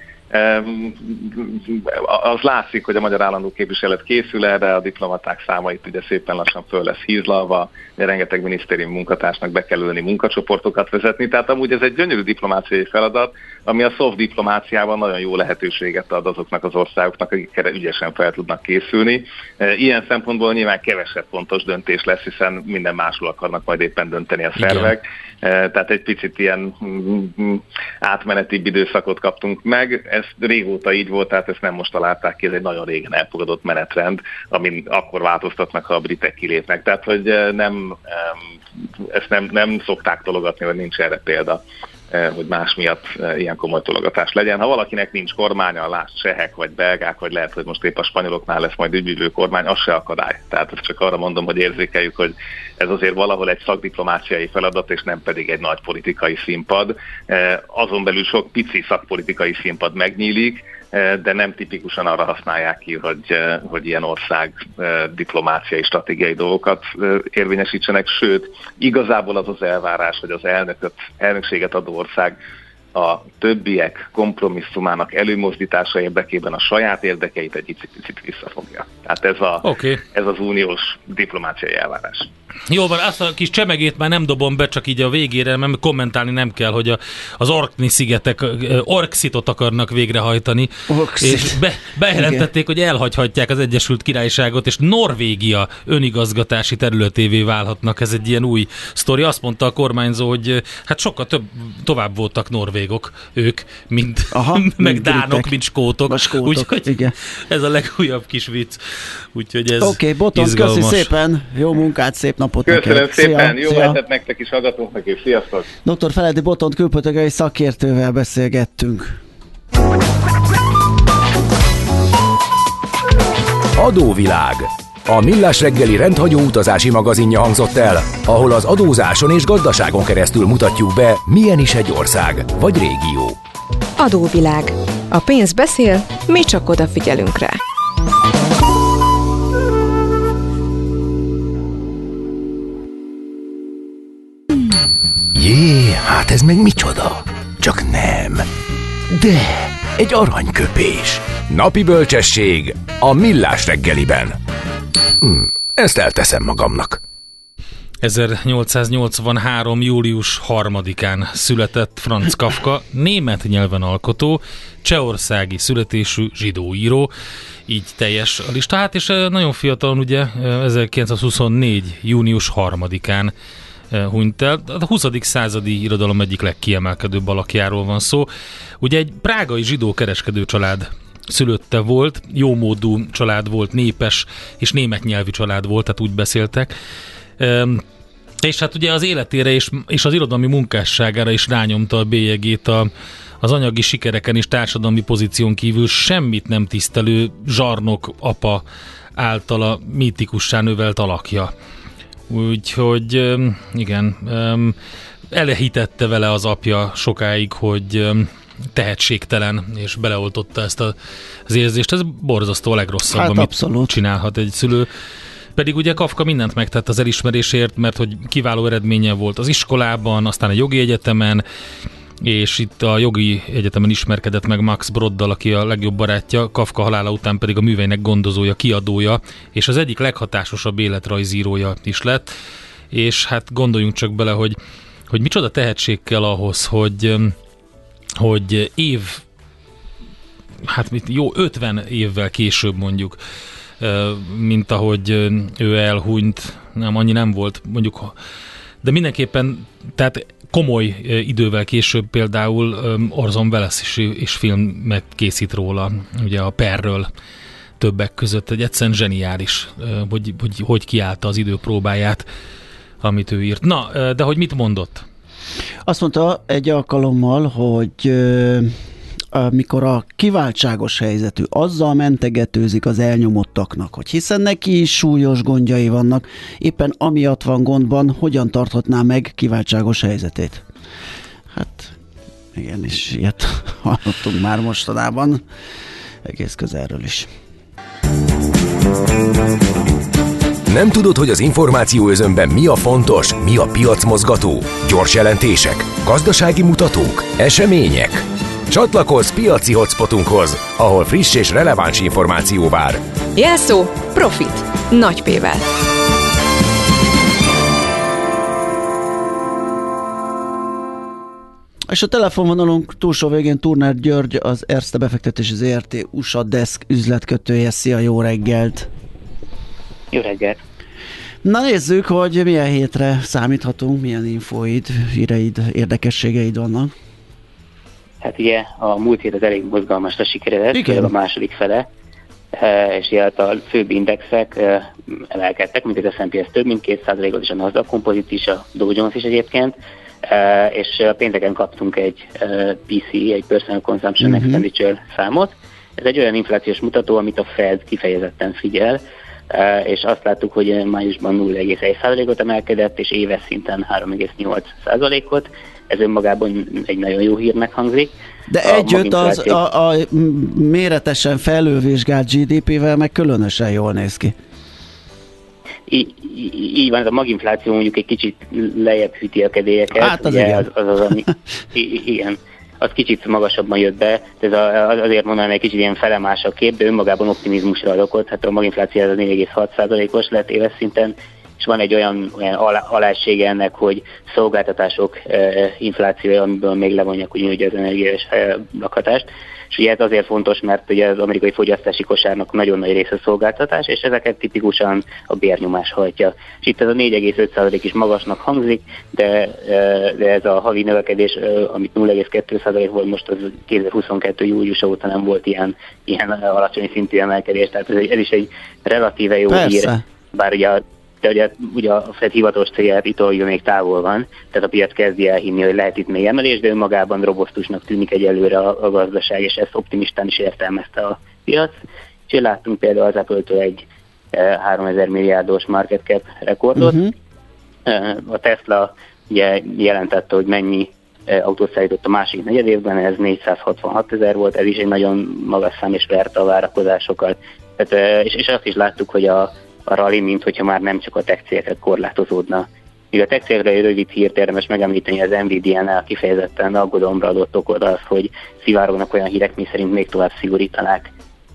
Az látszik, hogy a magyar állandó képviselet készül erre, a diplomaták száma itt ugye szépen lassan föl lesz hízlalva, rengeteg minisztérium munkatársnak be kell ülni munkacsoportokat vezetni, tehát amúgy ez egy gyönyörű diplomáciai feladat, ami a soft diplomáciában nagyon jó lehetőséget ad azoknak az országoknak, akik erre ügyesen fel tudnak készülni. Ilyen szempontból nyilván kevesebb fontos döntés lesz, hiszen minden másról akarnak majd éppen dönteni a szervek. Igen. Tehát egy picit ilyen átmenetibb időszakot kaptunk meg. Ez régóta így volt, tehát ezt nem most találták ki, ez egy nagyon régen elfogadott menetrend, amin akkor változtatnak, ha a britek kilépnek. Tehát, hogy nem, ezt nem, nem szokták tologatni, vagy nincs erre példa, hogy más miatt ilyen komoly tologatás legyen. Ha valakinek nincs kormánya, lásd csehek, vagy belgák, vagy lehet, hogy most épp a spanyoloknál lesz majd ügyvívő kormány, az se akadály. Tehát csak arra mondom, hogy érzékeljük, hogy ez azért valahol egy szakdiplomáciai feladat, és nem pedig egy nagy politikai színpad. Azon belül sok pici szakpolitikai színpad megnyílik, de nem tipikusan arra használják ki, hogy, hogy ilyen ország diplomáciai, stratégiai dolgokat érvényesítsenek, sőt, igazából az az elvárás, hogy az elnököt, elnökséget adó ország a többiek kompromisszumának előmozdítása érdekében a saját érdekeit egy picit visszafogja. Tehát ez, a, okay. ez az uniós diplomáciai elvárás. Jó van, azt a kis csemegét már nem dobom be, csak így a végére, mert kommentálni nem kell, hogy a, az Orkney-szigetek Orxitot akarnak végrehajtani, Orxit. És be, bejelentették, igen. hogy elhagyhatják az Egyesült Királyságot, és Norvégia önigazgatási területévé válhatnak. Ez egy ilyen új sztori. Azt mondta a kormányzó, hogy hát sokkal több, tovább voltak norvégok ők, mint Aha, meg dánok, britek. mint skótok. skótok Úgyhogy igen. ez a legújabb kis vicc. Úgyhogy ez Oké, okay, Botont, köszi szépen, jó munkát, szép napot Köszönöm neked. szépen, Szia, jó hetet nektek is, hallgatóknak és sziasztok! doktor Feledi Botont külpolitikai szakértővel beszélgettünk. Adóvilág. A Millás reggeli rendhagyó utazási magazinja hangzott el, ahol az adózáson és gazdaságon keresztül mutatjuk be, milyen is egy ország vagy régió. Adóvilág. A pénz beszél, mi csak odafigyelünk rá. Jé, hát ez meg micsoda? Csak nem. De, egy aranyköpés. Napi bölcsesség a Millás reggeliben. Hm, ezt elteszem magamnak. ezernyolcszáznyolcvanhárom. július harmadikán született Franz Kafka, német nyelven alkotó, csehországi születésű zsidóíró, így teljes a lista. Hát és nagyon fiatalon, ugye ezerkilencszázhuszonnégy. június harmadikán hunyt el. A huszadik századi irodalom egyik legkiemelkedőbb alakjáról van szó. Ugye egy prágai zsidó kereskedő család szülötte volt, jómódú család volt, népes és német nyelvű család volt, tehát úgy beszéltek. És hát ugye az életére és, és az irodalmi munkásságára is rányomta a bélyegét a, az anyagi sikereken és társadalmi pozíción kívül semmit nem tisztelő zsarnok apa általa mítikussá növelt alakja. Úgyhogy igen, elhitette vele az apja sokáig, hogy tehetségtelen, és beleoltotta ezt az érzést. Ez borzasztó, a legrosszabb, hát amit abszolút csinálhat egy szülő. Pedig ugye Kafka mindent megtett az elismerésért, mert hogy kiváló eredménye volt az iskolában, aztán a jogi egyetemen, és itt a jogi egyetemen ismerkedett meg Max Broddal, aki a legjobb barátja, Kafka halála után pedig a műveinek gondozója, kiadója, és az egyik leghatásosabb életrajzírója is lett, és hát gondoljunk csak bele, hogy, hogy micsoda tehetség kell ahhoz, hogy, hogy év, hát jó ötven évvel később mondjuk, mint ahogy ő elhunyt, nem, annyi nem volt, mondjuk, de mindenképpen, tehát komoly idővel később például Orson Welles is, is filmet készít róla, ugye a Perről többek között, egy egyszerűen zseniális, hogy, hogy hogy kiállta az idő próbáját, amit ő írt. Na, de hogy mit mondott? Azt mondta egy alkalommal, hogy amikor a kiváltságos helyzetű azzal mentegetőzik az elnyomottaknak, hogy hiszen neki is súlyos gondjai vannak, éppen amiatt van gondban, hogyan tarthatná meg kiváltságos helyzetét. Hát igen, és ilyet hallottunk már mostanában, egész közelről is. Nem tudod, hogy az információ özönben mi a fontos, mi a piacmozgató? Gyors jelentések, gazdasági mutatók, események? Csatlakozz piaci hotspotunkhoz, ahol friss és releváns információ vár. Jelszó Profit. Nagy P-vel. És a telefonvonalunk túlsó végén Turner György, az Erste befektetési zé er té u es á Desk üzletkötője. Szia, jó reggelt! Jó reggelt! Na nézzük, hogy milyen hétre számíthatunk, milyen infóid, híreid, érdekességeid vannak. Hát ugye a múlt hét az elég mozgalmasra sikeredett, a második fele, és ilyet a főbb indexek emelkedtek, mint az es and pé, ez több mint két százalékot, és a Nasdaq Composite is, a Dow Jones is egyébként, és pénteken kaptunk egy pé cé, egy Personal Consumption uh-huh. Expenditure számot. Ez egy olyan inflációs mutató, amit a Fed kifejezetten figyel, és azt láttuk, hogy májusban nulla egész egy százalékot emelkedett, és éves szinten három egész nyolc százalékot. Ez önmagában egy nagyon jó hírnek hangzik. De együtt az a, a méretesen felülvizsgált gé dé pé-vel meg különösen jól néz ki. Í- így van, ez a maginfláció mondjuk egy kicsit lejjebb hűti a kedélyeket. Hát az ugye, igen. Az, az, az, ami, igen. Az kicsit magasabban jött be, ez a, azért mondanám, egy kicsit ilyen felemás a kép, de önmagában optimizmusra ad okot. Hát a maginfláció az négy egész hat százalékos lett éves szinten, és van egy olyan, olyan alássége ennek, hogy szolgáltatások e, inflációja, amiből még levonják ugyanúgy az energia és e, lakhatást. És ugye ez azért fontos, mert ugye az amerikai fogyasztási kosárnak nagyon nagy része szolgáltatás, és ezeket tipikusan a bérnyomás hajtja. És itt ez a négy egész öt százalék is magasnak hangzik, de, de ez a havi növekedés, amit nulla egész kettő százalék volt, most az kétezer-huszonkettő július óta nem volt ilyen, ilyen alacsony szintű emelkedés, tehát ez, ez is egy relatíve jó Persze. hír, bár ugye de ugye, ugye a Fed hivatalos célját itt még távol van, tehát a piac kezdi elhinni, hogy lehet itt még emelés, de önmagában robosztusnak tűnik egyelőre a, a gazdaság, és ezt optimistán is értelmezte a piac. És láttunk például az Apple-től egy e, háromezer milliárdos market cap rekordot. Uh-huh. E, a Tesla ugye jelentette, hogy mennyi e, autót szállított a másik negyedévben, ez négyszázhatvanhat ezer volt, ez is egy nagyon magas szám, és verte a várakozásokat. Tehát, e, és, és azt is láttuk, hogy a a rally, mint hogyha már nem csak a tech cégekre korlátozódna. Míg a tech cégekre egy rövid hírt érdemes megemlíteni, az Nvidia-nál kifejezetten aggodalomra adott okod az, hogy szivárognak olyan hírek, mi szerint még tovább szigorítanák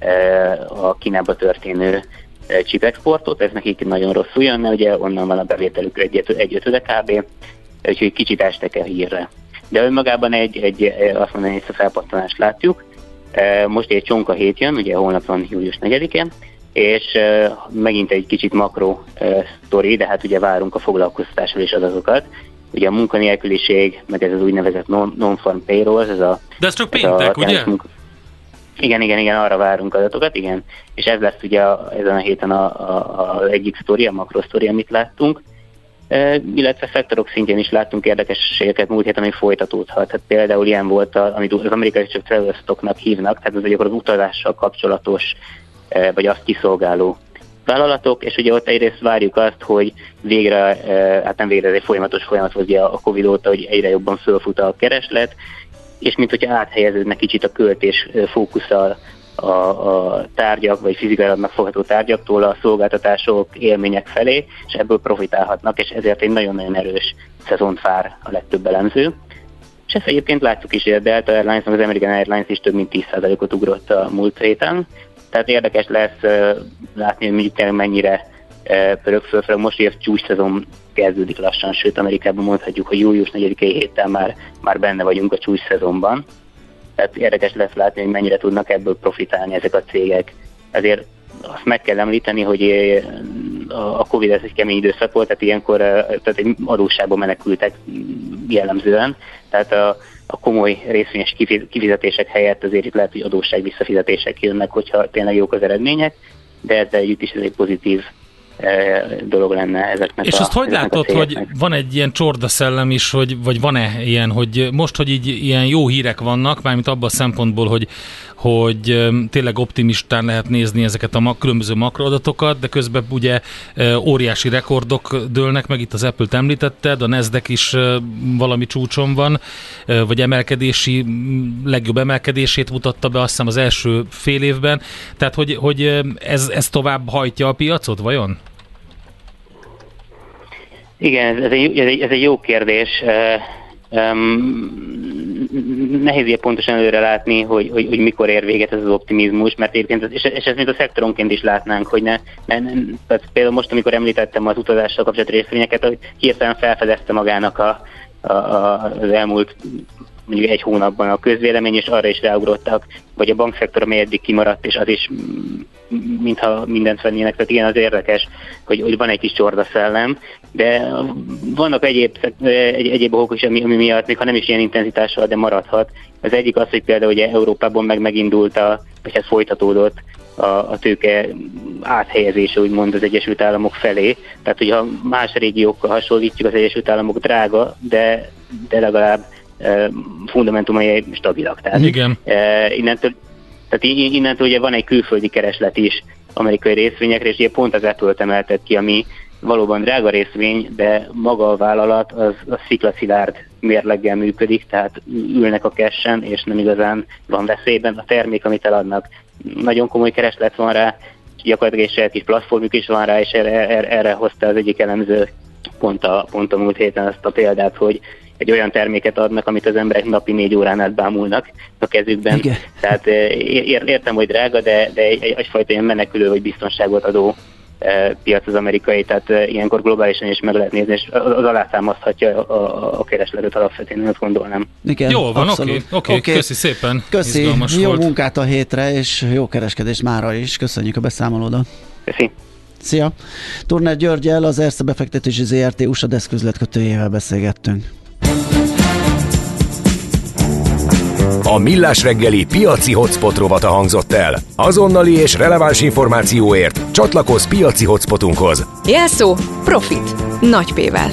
a Kínába történő chipexportot, ez nekik nagyon rosszul jönne, ugye onnan van a bevételük egy ötöde kb. Úgyhogy kicsit estek a hírre. De önmagában egy, egy azt mondani, hogy ezt a felpattanást látjuk. Most egy csonka hét jön, ugye holnap van július negyedikén, és uh, megint egy kicsit makro uh, sztori, de hát ugye várunk a foglalkoztatásról is adatokat. Ugye a munkanélküliség, meg ez az úgynevezett non- non-farm payroll, ez a... De ez csak péntek, a, ugye? Munka... Igen, igen, igen, arra várunk adatokat, igen. És ez lesz ugye a, ezen a héten a, a, a egyik sztori, a makro sztori, amit láttunk. Uh, illetve szektorok szintjén is láttunk érdekességeket múlt héten, ami folytatódhat. Tehát például ilyen volt, a, amit az amerikai csak travel stocknak hívnak, tehát ez az utazással kapcsolatos vagy azt kiszolgáló vállalatok, és ugye ott egyrészt várjuk azt, hogy végre, hát nem végre, ez egy folyamatos folyamat volt a Covid óta, hogy egyre jobban fölfut a kereslet, és mint hogyha áthelyeződnek kicsit a költés fókusza a, a tárgyak, vagy fizikailag megfogható tárgyaktól a szolgáltatások, élmények felé, és ebből profitálhatnak, és ezért egy nagyon-nagyon erős szezont vár a legtöbb elemző. És ezt egyébként látjuk is, hogy a Delta Airlines, az American Airlines is több mint tíz százalékot ugrott a múlt héten. Tehát érdekes lesz uh, látni, hogy mondjuk mennyire uh, pörög fölfele. Most ugye a csúcs szezon kezdődik lassan, sőt Amerikában mondhatjuk, hogy július negyedikei héten már, már benne vagyunk a csúcs szezonban. Tehát érdekes lesz látni, hogy mennyire tudnak ebből profitálni ezek a cégek. Ezért azt meg kell említeni, hogy a Covid ez egy kemény időszak volt, tehát ilyenkor tehát egy adósságba menekültek jellemzően. Tehát a a komoly részvényes kifizetések helyett azért itt lehet, hogy adósság visszafizetések jönnek, hogyha tényleg jók az eredmények, de ezzel együtt is ez egy pozitív dolog lenne ezeknek. És a, azt hogy látod, hogy van egy ilyen csordaszellem is, hogy, vagy van-e ilyen, hogy most, hogy így ilyen jó hírek vannak, mármint abban a szempontból, hogy, hogy tényleg optimistán lehet nézni ezeket a különböző makroadatokat, de közben ugye óriási rekordok dőlnek meg, itt az Apple-t említetted, a Nasdaq is valami csúcson van, vagy emelkedési, legjobb emelkedését mutatta be azt hiszem az első fél évben, tehát hogy, hogy ez, ez tovább hajtja a piacot, vajon? Igen, ez egy, ez egy, ez egy jó kérdés. Um, nehéz ilyen pontosan előre látni, hogy, hogy, hogy mikor ér véget ez az optimizmus, mert egyébként, és, és ezt mint a szektoronként is látnánk, hogy ne, ne, ne tehát például most, amikor említettem az utazással kapcsolatos részvényeket, hogy hirtelen felfedezte magának a, a, a, az elmúlt mondjuk egy hónapban a közvélemény, és arra is ráugrottak, vagy a bankszektor, amely eddig kimaradt, és az is mintha mindent vennének, tehát igen, az érdekes, hogy, hogy van egy kis csordaszellem, de vannak egyéb, egy, egyéb okok is, ami, ami miatt, még ha nem is ilyen intenzitással, de maradhat. Az egyik az, hogy például ugye Európában meg megindult, a, vagy ez folytatódott a, a tőke áthelyezése, úgymond az Egyesült Államok felé. Tehát, hogyha más régiókkal hasonlítjuk, az Egyesült Államok drága, de, de legalább fundamentumai stabilak. Tehát, igen. Innentől, tehát innentől ugye van egy külföldi kereslet is amerikai részvényekre, és ugye pont az Apple-t emeltet ki, ami valóban drága részvény, de maga a vállalat az, az sziklaszilárd mérleggel működik, tehát ülnek a cash-en, és nem igazán van veszélyben. A termék, amit eladnak, nagyon komoly kereslet van rá, gyakorlatilag egy saját kis platformjuk is van rá, és erre, erre, erre hozta az egyik elemző pont a, pont a múlt héten azt a példát, hogy egy olyan terméket adnak, amit az emberek napi négy órán át bámulnak a kezükben. Igen. Tehát ér, értem, hogy drága, de, de egy, egyfajta ilyen menekülő vagy biztonságot adó e, piac az amerikai, tehát e, ilyenkor globálisan is meg lehet nézni, és az alátámaszthatja a, a, a keresletet alapvetően, azt gondolnám. Igen, jól van, oké, okay, okay, okay. Köszi szépen. Köszi, jó volt. Munkát a hétre, és jó kereskedést mára is. Köszönjük a beszámolódat. Köszi. Szia! Turner Györggyel, az Erste befektetési zé er té u es á deszküzletkötőjével beszélgettünk. A Millás reggeli piaci hotspot rovata hangzott el. Azonnali és releváns információért csatlakozz piaci hotspotunkhoz. Jelszó Profit. Nagy P-vel.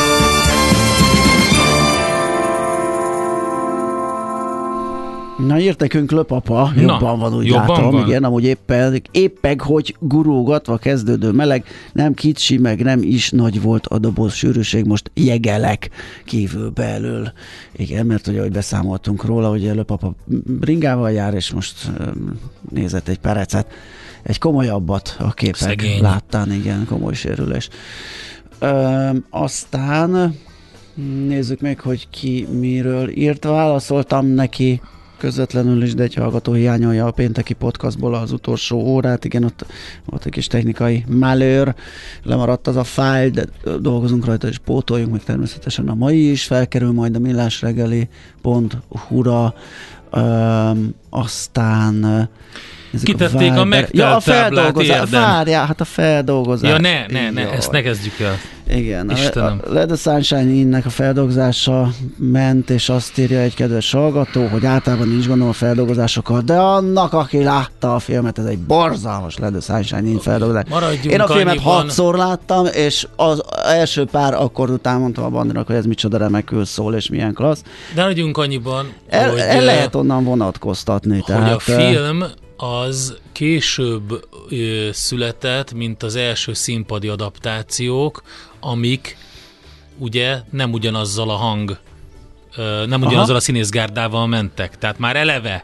Na, írt nekünk Löpapa, jobban van, úgy jobban látom, van. Igen, amúgy éppen, éppen, hogy gurulgatva kezdődő meleg, nem kicsi, meg nem is nagy volt a doboz sűrűség, most jegelek kívül belül. Igen, mert ugye, hogy beszámoltunk róla, hogy Löpapa bringával jár, és most um, nézett egy perecet, egy komolyabbat a képek Szegény. Láttán, igen, komoly sérülés. Um, aztán nézzük meg, hogy ki miről írt, válaszoltam neki közvetlenül is, de egy hallgató hiányolja a pénteki podcastból az utolsó órát. Igen, ott volt egy kis technikai malőr, lemaradt az a fájl, de dolgozunk rajta és pótoljunk, meg természetesen a mai is felkerül majd a millásreggeli pont hu-ra. Üm, aztán kitették a, a megtelt ja, a feldolgozás. Várjál, hát a feldolgozás. Ja, ne, ne, ne, ezt ne kezdjük el. Igen, Istenem. A Let the Sunshine In-nek a feldolgozása ment, és azt írja egy kedves hallgató, hogy általában nincs gondom a feldolgozásokkal, de annak, aki látta a filmet, ez egy borzalmas Let the Sunshine In feldolgozás. Maradjunk Én a filmet annyiban... hatszor láttam, és az első pár akkor után mondtam a Bandinak, hogy ez micsoda remekül szól, és milyen klassz. De maradjunk annyiban, el, hogy... El lehet onnan vonatkoztatni. Hogy tehát, a film az később ö, született, mint az első színpadi adaptációk, amik ugye nem ugyanazzal a hang, ö, nem ugyanazzal Aha. a színészgárdával mentek. Tehát már eleve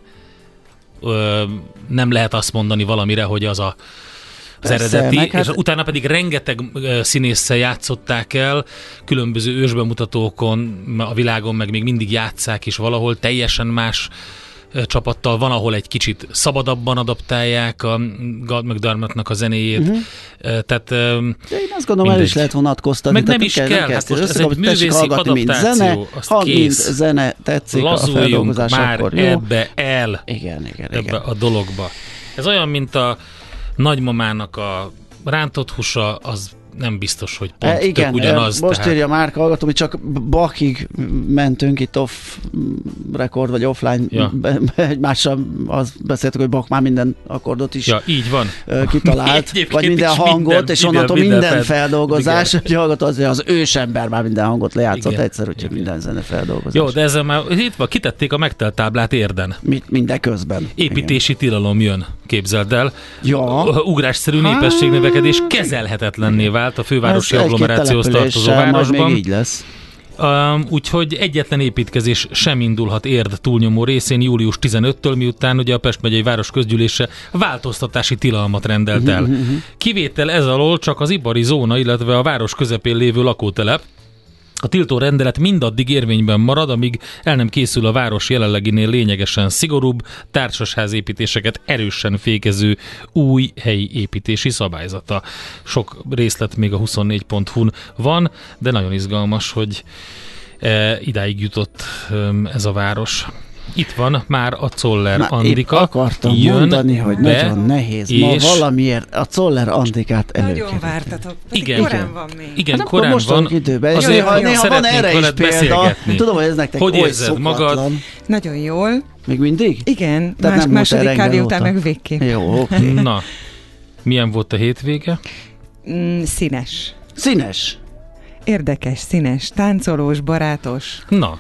ö, nem lehet azt mondani valamire, hogy az a az Persze, eredeti, és hát... utána pedig rengeteg színésszel játszották el, különböző ősbemutatókon a világon, meg még mindig játsszák is valahol, teljesen más csapattal, van, ahol egy kicsit szabadabban adaptálják a Galt McDermottnak a zenéjét. Uh-huh. Tehát, de én azt gondolom, el is lehet vonatkoztatni. Meg nem is kell, kell. Hát most ez egy művészi adaptáció, mint zene, ha mint zene tetszik Lazuljunk a feldolgozás, már akkor jó. ebbe el, igen, igen, ebbe igen. a dologba. Ez olyan, mint a nagymamának a rántott húsa, az nem biztos, hogy pont e, igen, tök ugyanaz. Most tehát... írja Márka hallgató, mi csak Bakig mentünk itt off record, vagy offline, ja. egymással azt beszéltük, hogy Bach már minden akkordot is ja, így van. kitalált, vagy minden hangot, minden, és onnantól minden, minden feldolgozás, hogy hallgató azért az ősember már minden hangot lejátszott igen. egyszer, úgyhogy minden zene feldolgozás. Jó, de ezzel már itt van, kitették a megtelt táblát érden. Mi, minden közben. Építési igen. tilalom jön, képzeld el. Ja. Ugrásszerű népességnövekedés kezelhetetlenné vált a fővárosi agglomerációhoz tartozó városban. Még így lesz. Um, úgyhogy egyetlen építkezés sem indulhat Érd túlnyomó részén július tizenötödikétől, miután ugye a Pest megyei város közgyűlése változtatási tilalmat rendelt el. Kivétel ez alól csak az ipari zóna, illetve a város közepén lévő lakótelep. A tiltó rendelet mindaddig érvényben marad, amíg el nem készül a város jelenleginél lényegesen szigorúbb, társasházépítéseket erősen fékező új helyi építési szabályzata. Sok részlet még a huszonnégy pont hu-n van, de nagyon izgalmas, hogy e, idáig jutott e, ez a város. Itt van már a Czoller már Andika. Akartam jön mondani, hogy nagyon nehéz. Ma valamiért a Czoller Andikát előkerülni. Nagyon vártatok. Igen, korán van még. Igen, hát korán most van. Időben. Azért néha, néha van erre is példa. Tudom, hogy ez nektek hogy oly érzed szokatlan. magad? Nagyon jól. Még mindig? Igen, más, második kávé után meg végképp. Jó, oké. Okay. Na, milyen volt a hétvége? Mm, színes. Színes? Érdekes, színes, táncolós, barátos. Na.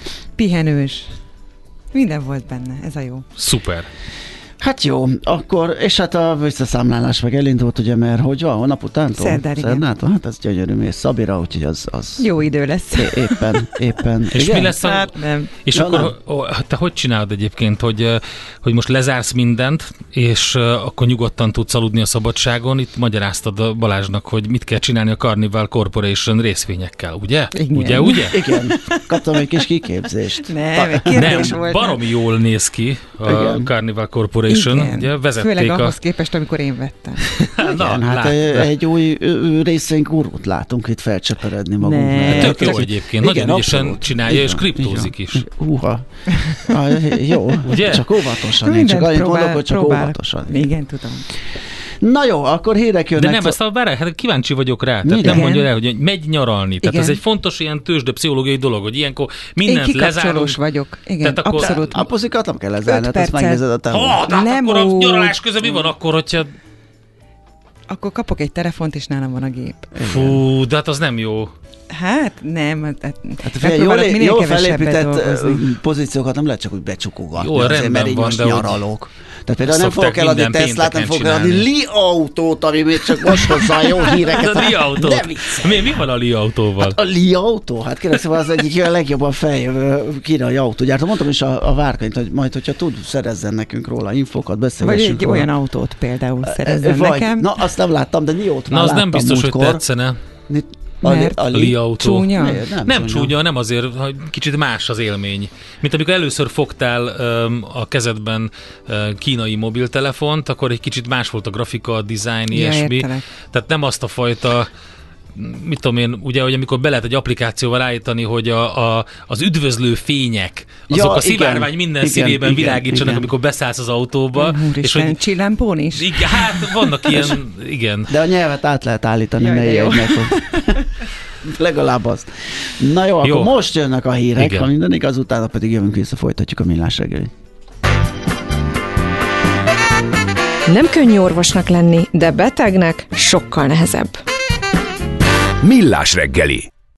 Pihenős. Minden volt benne, ez a jó. Szuper. Hát jó, akkor, és hát a visszaszámlálás meg elindult, ugye, mert hogy van, a nap utántól? Szerdán, igen. Szerdától? Hát ez gyönyörű, mész Szabira, úgyhogy az, az... Jó idő lesz. É- éppen, éppen. És igen? mi lesz a... Hát nem. És ja, akkor nem. Te hogy csinálod egyébként, hogy, hogy most lezársz mindent, és akkor nyugodtan tudsz aludni a szabadságon? Itt magyaráztad a Balázsnak, hogy mit kell csinálni a Carnival Corporation részvényekkel, ugye? Igen. Ugye, ugye? Igen, kaptam egy kis kiképzést. Nem, egy kérdés nem, volt. baromi jól néz ki a igen. Carnival Corporation. Igen. Ugye, vezették főleg a... ahhoz képest, amikor én vettem. Igen, Na, hát lát, egy új részvénygurút látunk itt felcseperedni magunk mellett. Tök jó egyébként, igen, nagyon ügyesen csinálja, igen, és kriptózik is. Uha, ah, jó, ugye? Csak óvatosan, én csak annyit mondok, hogy csak próbál. óvatosan. Igen, tudom. Na jó, akkor hírek jönnek. De nem, ezt a bárá, hát kíváncsi vagyok rá. Tehát nem mondja el, hogy megy nyaralni. Tehát igen. Ez egy fontos ilyen tőzsde pszichológiai dolog, hogy ilyenkor mindent lezárunk. Én vagyok. Igen, akkor, abszolút. A puszikat nem kell lezárni, hát ezt megnézed a távol. Ha, de hát akkor a nyaralás közben mi van akkor, hogyha... Akkor kapok egy telefont, és nálam van a gép. Fú, de hát az nem jó. Hát nem. Hát, hát jól, jól felépített pozíciókat nem lehet csak úgy becsukogatni. Jó, azért, mert így most nyaralok. Tehát például nem fogok eladni Teslát, nem fogok eladni Li autót, ami még csak most hozzá jó híreket. A Li autót. Mi, mi van a Li autóval? Hát a Li autó? Hát kérlek szóval az egyik a legjobban feljövő kínai autógyártó. Mondtam is a, a Várkanyt, hogy majd, hogyha tud, szerezzen nekünk róla infokat, beszélgessünk Vagy egy róla. olyan autót például szerezzen Vagy, nekem. Na, azt nem láttam, de Niót már Na, az láttam nem biztos, múltkor. hogy tetszene. Mert a Li autó. Csúnya? Nem, nem, nem csúnya. csúnya, nem azért, hogy kicsit más az élmény. Mint amikor először fogtál um, a kezedben uh, kínai mobiltelefont, akkor egy kicsit más volt a grafika, a design, ja, ilyesmi. Értelek. Tehát nem azt a fajta, mit tudom én, ugye, hogy amikor be lehet egy applikációval állítani, hogy a, a, az üdvözlő fények, azok ja, a szivárvány igen, minden igen, színében igen, világítsanak, igen. amikor beszállsz az autóba. Úristen, és hogy csillámpón is? Igen, hát vannak ilyen, igen. De a nyelvet át lehet állítani, Jaj, ne jegynek. Legalább azt. Na jó, jó, akkor most jönnek a hírek, igen. ha minden igaz, utána pedig jövünk vissza, folytatjuk a Millás reggelit. Nem könnyű orvosnak lenni, de betegnek sokkal nehezebb. Millás reggeli.